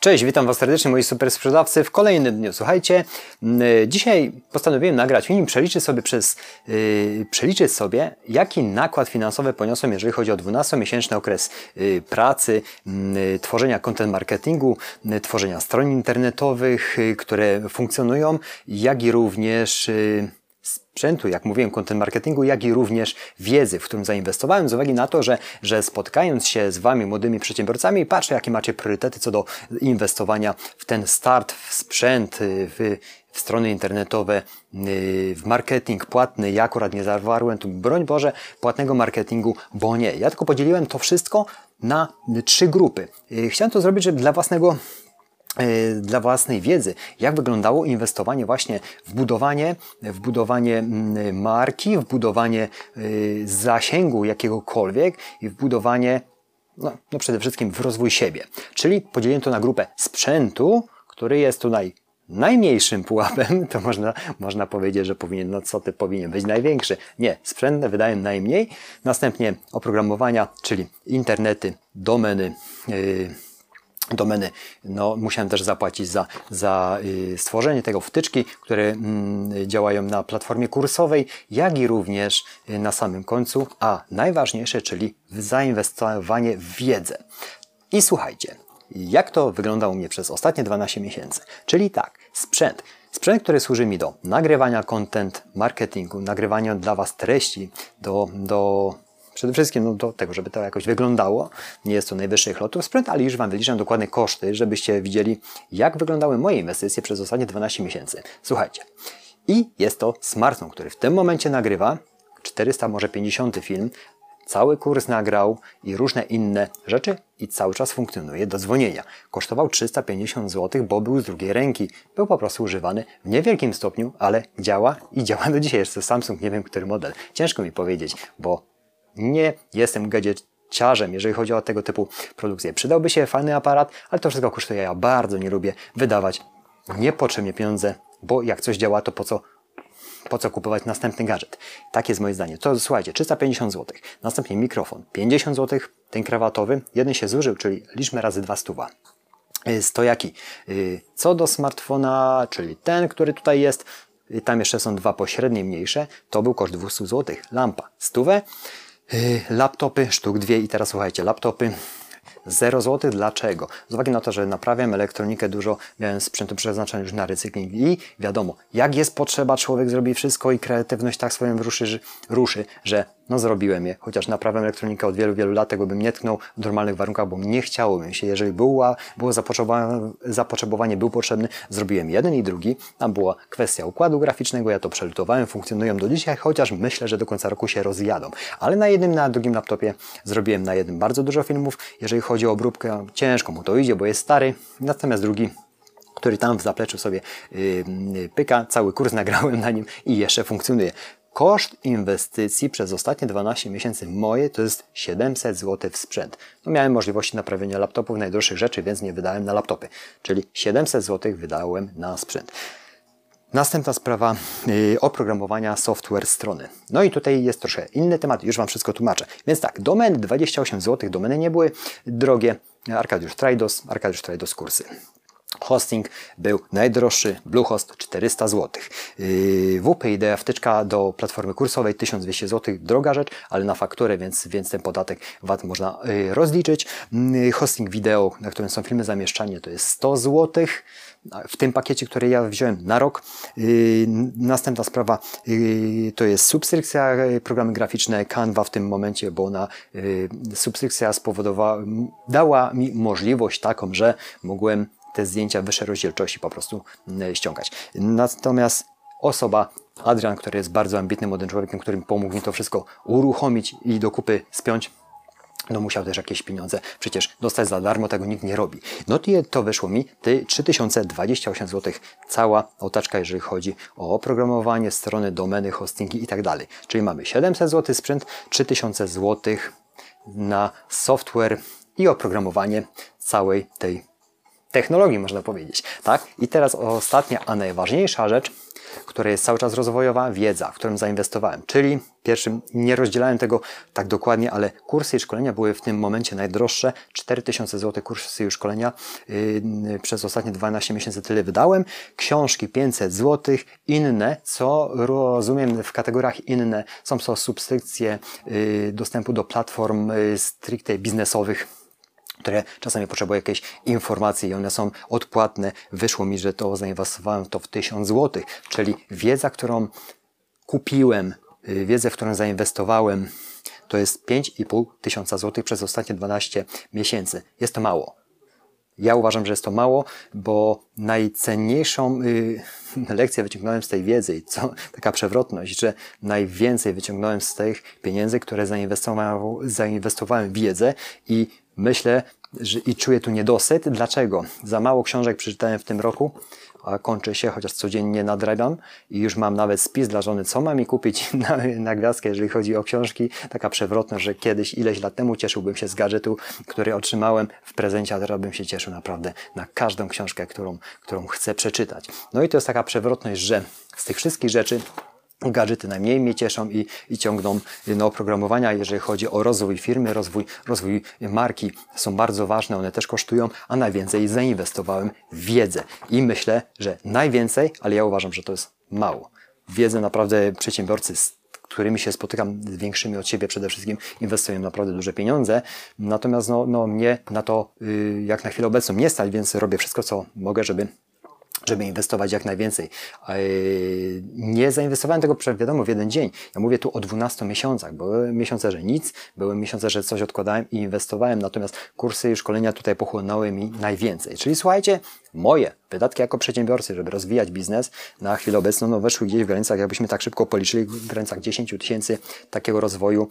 Cześć, witam Was serdecznie, moi super sprzedawcy w kolejnym dniu. Słuchajcie, dzisiaj postanowiłem nagrać film, przeliczyć sobie, jaki nakład finansowy poniosłem, jeżeli chodzi o 12-miesięczny okres pracy, tworzenia content marketingu, tworzenia stron internetowych, które funkcjonują, jak i również sprzętu, jak mówiłem, content marketingu, jak i również wiedzy, w którym zainwestowałem, z uwagi na to, że spotkając się z Wami, młodymi przedsiębiorcami, patrzę, jakie macie priorytety co do inwestowania w ten start, w sprzęt, w strony internetowe, w marketing płatny. Ja akurat nie zawarłem tu, broń Boże, płatnego marketingu, bo nie. Ja tylko podzieliłem to wszystko na 3 grupy. Chciałem to zrobić, żeby dla własnej wiedzy, jak wyglądało inwestowanie właśnie w budowanie marki, w budowanie zasięgu jakiegokolwiek i w budowanie, no przede wszystkim w rozwój siebie. Czyli podzieliłem to na grupę sprzętu, który jest tutaj najmniejszym pułapem, to można powiedzieć, że powinien być największy. Nie, sprzęt wydałem najmniej. Następnie oprogramowania, czyli internety, domeny, no musiałem też zapłacić za stworzenie tego, wtyczki, które działają na platformie kursowej, jak i również na samym końcu, a najważniejsze, czyli zainwestowanie w wiedzę. I słuchajcie, jak to wyglądało u mnie przez ostatnie 12 miesięcy. Czyli tak, sprzęt, który służy mi do nagrywania content marketingu, nagrywania dla Was treści, przede wszystkim do tego, żeby to jakoś wyglądało. Nie jest to najwyższych lotów sprzęt, ale już Wam wyliczam dokładne koszty, żebyście widzieli, jak wyglądały moje inwestycje przez ostatnie 12 miesięcy. Słuchajcie. I jest to smartfon, który w tym momencie nagrywa 400, może 50 film, cały kurs nagrał i różne inne rzeczy i cały czas funkcjonuje do dzwonienia. Kosztował 350 zł, bo był z drugiej ręki. Był po prostu używany w niewielkim stopniu, ale działa i działa do dzisiaj. Jest to Samsung, nie wiem który model. Ciężko mi powiedzieć, bo nie jestem gadżeciarzem, jeżeli chodzi o tego typu produkcję. Przydałby się fajny aparat, ale to wszystko kosztuje. Ja bardzo nie lubię wydawać niepotrzebnie pieniądze, bo jak coś działa, to po co kupować następny gadżet? Tak jest moje zdanie. To słuchajcie, 350 zł. Następnie mikrofon, 50 zł, ten krawatowy. Jeden się zużył, czyli liczmy razy 200. Stojaki. Co do smartfona, czyli ten, który tutaj jest, tam jeszcze są 2 pośrednie, mniejsze, to był koszt 200 zł. Lampa 100. Laptopy, sztuk 2 i teraz słuchajcie, laptopy 0 zł. Dlaczego? Z uwagi na to, że naprawiam elektronikę, dużo miałem sprzętu przeznaczony już na recykling i wiadomo, jak jest potrzeba, człowiek zrobi wszystko i kreatywność tak swoją ruszy, że zrobiłem je, chociaż naprawiam elektronikę od wielu lat, tego bym nie tknął w normalnych warunkach, bo nie chciałoby się. Jeżeli było zapotrzebowanie, był potrzebny, zrobiłem jeden i drugi. Tam była kwestia układu graficznego, ja to przelutowałem, funkcjonują do dzisiaj, chociaż myślę, że do końca roku się rozjadą. Ale na jednym, na drugim laptopie zrobiłem na jednym bardzo dużo filmów. Jeżeli chodzi o obróbkę, ciężko mu to idzie, bo jest stary. Natomiast drugi, który tam w zapleczu sobie pyka, cały kurs nagrałem na nim i jeszcze funkcjonuje. Koszt inwestycji przez ostatnie 12 miesięcy moje to jest 700 zł w sprzęt. Miałem możliwości naprawienia laptopów, najdroższych rzeczy, więc nie wydałem na laptopy. Czyli 700 zł wydałem na sprzęt. Następna sprawa, oprogramowania software strony. No i tutaj jest troszkę inny temat, już Wam wszystko tłumaczę. Więc tak, domeny 28 zł, domeny nie były drogie. Arkadiusz Trajdos kursy. Hosting był najdroższy, Bluehost 400 zł. WP Idea, wtyczka do platformy kursowej 1200 zł, droga rzecz, ale na fakturę, więc ten podatek VAT można rozliczyć. Hosting wideo, na którym są filmy zamieszczanie, to jest 100 zł. W tym pakiecie, który ja wziąłem na rok. Następna sprawa to jest subskrypcja, programy graficzne Canva w tym momencie, bo subskrypcja dała mi możliwość taką, że mogłem te zdjęcia wyższej rozdzielczości po prostu ściągać. Natomiast Adrian, który jest bardzo ambitnym młodym człowiekiem, który pomógł mi to wszystko uruchomić i do kupy spiąć, musiał też jakieś pieniądze przecież dostać za darmo, tego nikt nie robi. I to wyszło mi 3028 zł, cała otaczka, jeżeli chodzi o oprogramowanie, strony, domeny, hostingi i tak dalej. Czyli mamy 700 zł sprzęt, 3000 zł na software i oprogramowanie całej tej technologii, można powiedzieć. Tak? I teraz ostatnia, a najważniejsza rzecz, która jest cały czas rozwojowa, wiedza, w którą zainwestowałem. Czyli pierwszym, nie rozdzielałem tego tak dokładnie, ale kursy i szkolenia były w tym momencie najdroższe. 4000 zł kursy i szkolenia. Przez ostatnie 12 miesięcy tyle wydałem. Książki 500 zł. Inne, co rozumiem w kategoriach inne, są to subskrypcje dostępu do platform stricte biznesowych, które czasami potrzebują jakiejś informacji i one są odpłatne. Wyszło mi, że to zainwestowałem to w 1000 zł, czyli wiedza, którą kupiłem, wiedzę, w którą zainwestowałem, to jest 5500 zł przez ostatnie 12 miesięcy. Jest to mało. Ja uważam, że jest to mało, bo najcenniejszą lekcję wyciągnąłem z tej wiedzy i taka przewrotność, że najwięcej wyciągnąłem z tych pieniędzy, które zainwestowałem w wiedzę i myślę, i czuję tu niedosyt. Dlaczego? Za mało książek przeczytałem w tym roku, a kończy się, chociaż codziennie nadrabiam i już mam nawet spis dla żony, co mam mi kupić na gwiazdkę, jeżeli chodzi o książki. Taka przewrotność, że kiedyś, ileś lat temu cieszyłbym się z gadżetu, który otrzymałem w prezencie, a teraz bym się cieszył naprawdę na każdą książkę, którą chcę przeczytać. No i to jest taka przewrotność, że z tych wszystkich rzeczy gadżety najmniej mnie cieszą i ciągną oprogramowania. Jeżeli chodzi o rozwój firmy, rozwój marki, są bardzo ważne, one też kosztują, a najwięcej zainwestowałem w wiedzę. I myślę, że najwięcej, ale ja uważam, że to jest mało. Wiedzę naprawdę przedsiębiorcy, z którymi się spotykam, większymi od siebie przede wszystkim, inwestują naprawdę duże pieniądze. Natomiast mnie na to jak na chwilę obecną nie stać, więc robię wszystko, co mogę, żeby inwestować jak najwięcej. Nie zainwestowałem tego, wiadomo, w jeden dzień. Ja mówię tu o 12 miesiącach. Były miesiące, że nic, były miesiące, że coś odkładałem i inwestowałem, natomiast kursy i szkolenia tutaj pochłonęły mi najwięcej. Czyli słuchajcie, moje wydatki jako przedsiębiorcy, żeby rozwijać biznes, na chwilę obecną weszły gdzieś w granicach, jakbyśmy tak szybko policzyli, w granicach 10 000 takiego rozwoju.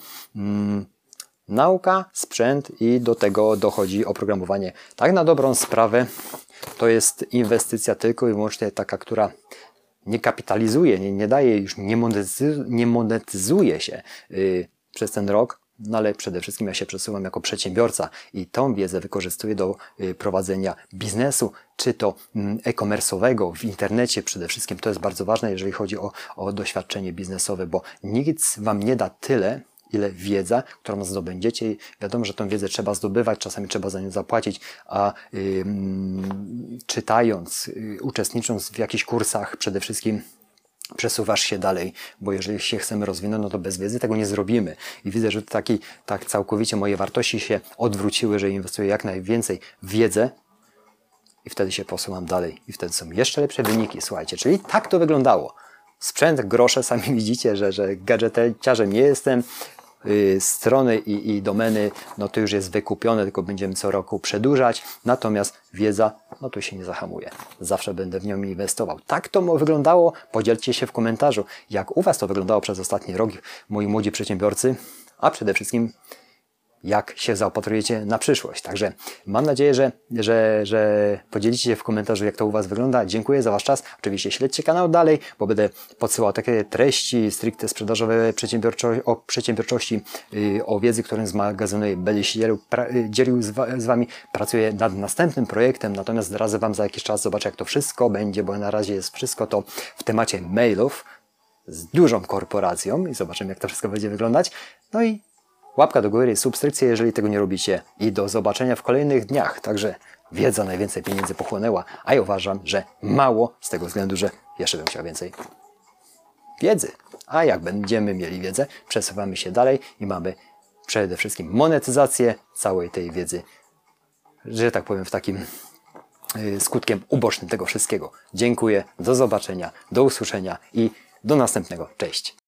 Nauka, sprzęt i do tego dochodzi oprogramowanie. Tak na dobrą sprawę to jest inwestycja tylko i wyłącznie taka, która nie kapitalizuje, nie daje już, nie monetyzuje się przez ten rok, no ale przede wszystkim ja się przesuwam jako przedsiębiorca i tą wiedzę wykorzystuję do prowadzenia biznesu, czy to e-commerce'owego w internecie przede wszystkim. To jest bardzo ważne, jeżeli chodzi o doświadczenie biznesowe, bo nikt Wam nie da tyle, ile wiedza, którą zdobędziecie. Wiadomo, że tę wiedzę trzeba zdobywać, czasami trzeba za nią zapłacić, a czytając, uczestnicząc w jakichś kursach przede wszystkim przesuwasz się dalej, bo jeżeli się chcemy rozwinąć, no to bez wiedzy tego nie zrobimy. I widzę, że tak całkowicie moje wartości się odwróciły, że inwestuję jak najwięcej w wiedzę i wtedy się posuwam dalej. I wtedy są jeszcze lepsze wyniki, słuchajcie. Czyli tak to wyglądało. Sprzęt, grosze, sami widzicie, że gadżeciarzem nie jestem. Strony i domeny, no to już jest wykupione, tylko będziemy co roku przedłużać. Natomiast wiedza, no to się nie zahamuje. Zawsze będę w nią inwestował. Tak to wyglądało. Podzielcie się w komentarzu, jak u Was to wyglądało przez ostatni rok, moi młodzi przedsiębiorcy, a przede wszystkim jak się zaopatrujecie na przyszłość. Także mam nadzieję, że podzielicie się w komentarzu, jak to u Was wygląda. Dziękuję za Wasz czas. Oczywiście śledźcie kanał dalej, bo będę podsyłał takie treści stricte sprzedażowe o przedsiębiorczości, o wiedzy, którą zmagazynuję. Będę się dzielił z Wami. Pracuję nad następnym projektem, natomiast zdradzę Wam za jakiś czas, zobaczę, jak to wszystko będzie, bo na razie jest wszystko to w temacie mailów z dużą korporacją i zobaczymy, jak to wszystko będzie wyglądać. No i łapka do góry, subskrypcja, jeżeli tego nie robicie. I do zobaczenia w kolejnych dniach. Także wiedza najwięcej pieniędzy pochłonęła, a ja uważam, że mało z tego względu, że jeszcze bym chciał więcej wiedzy. A jak będziemy mieli wiedzę, przesuwamy się dalej i mamy przede wszystkim monetyzację całej tej wiedzy, że tak powiem, w takim skutkiem ubocznym tego wszystkiego. Dziękuję, do zobaczenia, do usłyszenia i do następnego. Cześć!